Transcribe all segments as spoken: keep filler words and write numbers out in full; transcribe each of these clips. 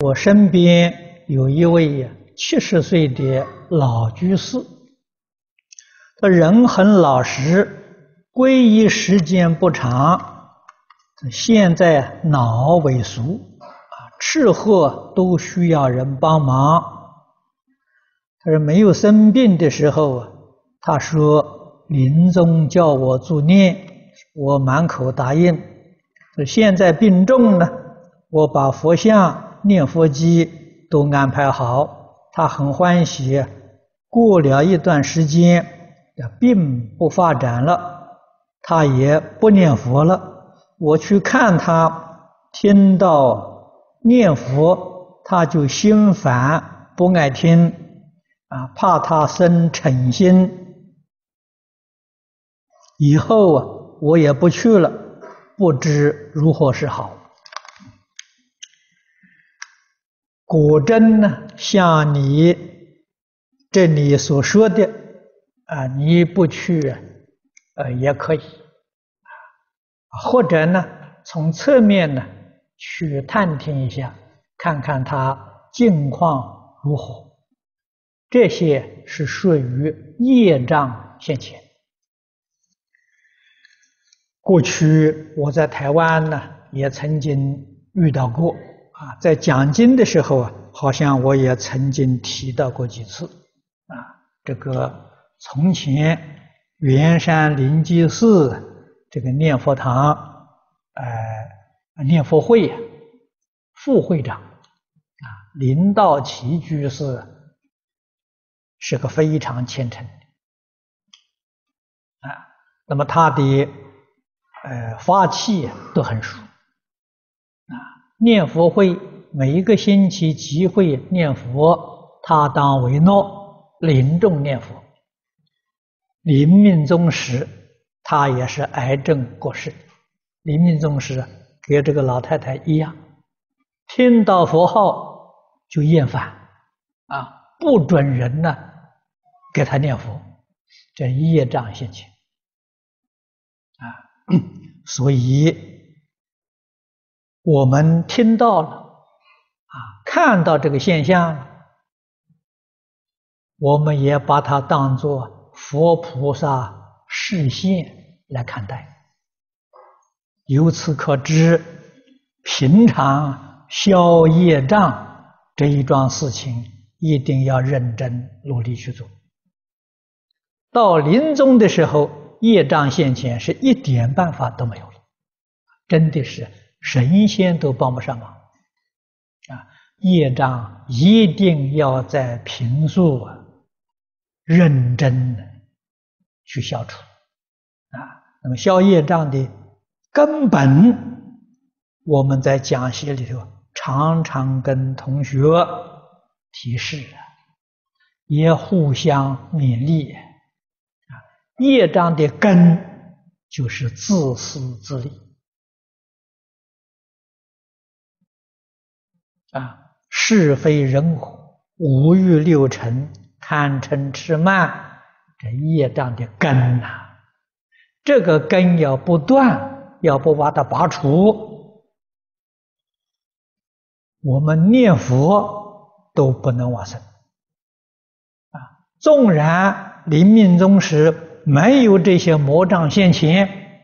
我身边有一位七十岁的老居士，他人很老实，皈依时间不长，现在脑萎缩，啊，吃喝都需要人帮忙。他说没有生病的时候啊，他说临终叫我助念，我满口答应。现在病重了，我把佛像、念佛机都安排好，他很欢喜。过了一段时间，病不发展了，他也不念佛了。我去看他，听到念佛，他就心烦，不爱听，啊，怕他生嗔心。以后啊，我也不去了，不知如何是好。果真呢，像你这里所说的啊，你不去呃也可以，或者呢，从侧面呢去探听一下，看看他境况如何。这些是属于业障现前。过去我在台湾呢，也曾经遇到过啊，在讲经的时候啊，好像我也曾经提到过几次啊。这个从前圆山灵济寺这个念佛堂，呃，念佛会啊，副会长啊，林道奇居士是个非常虔诚的啊。那么他的呃法器都很熟啊。念佛会每一个星期集会念佛，他当为诺，临终念佛。临命终时，他也是癌症过世。临命终时跟这个老太太一样，听到佛号就厌烦啊，不准人呢给他念佛，这业障现前啊。所以我们听到了啊，看到这个现象，我们也把它当作佛菩萨示现来看待。由此可知，平常消业障这一桩事情一定要认真努力去做。到临终的时候，业障现前是一点办法都没有了，真的是神仙都帮不上忙啊！业障一定要在平素啊，认真的去消除啊。那么消业障的根本，我们在讲习里头常常跟同学提示，也互相勉励啊。业障的根就是自私自利啊，是非人我、五欲六尘、贪嗔痴慢，这业障的根呐、啊，这个根要不断，要不把它拔除，我们念佛都不能往生啊。纵然临命终时没有这些魔障现前，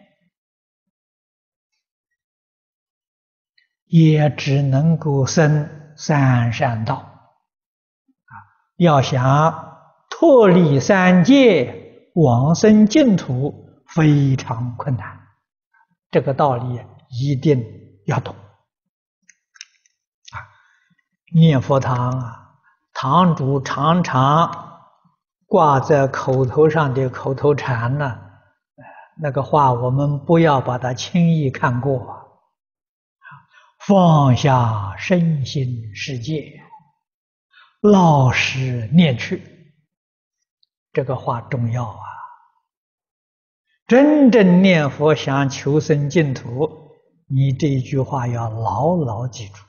也只能够生三善道啊。要想脱离三界，往生净土，非常困难。这个道理一定要懂啊。念佛堂啊，堂主常常挂在口头上的口头禅呢，那个话我们不要把它轻易看过。放下身心世界，老实念去，这个话重要啊！真正念佛想求生净土，你这一句话要牢牢记住。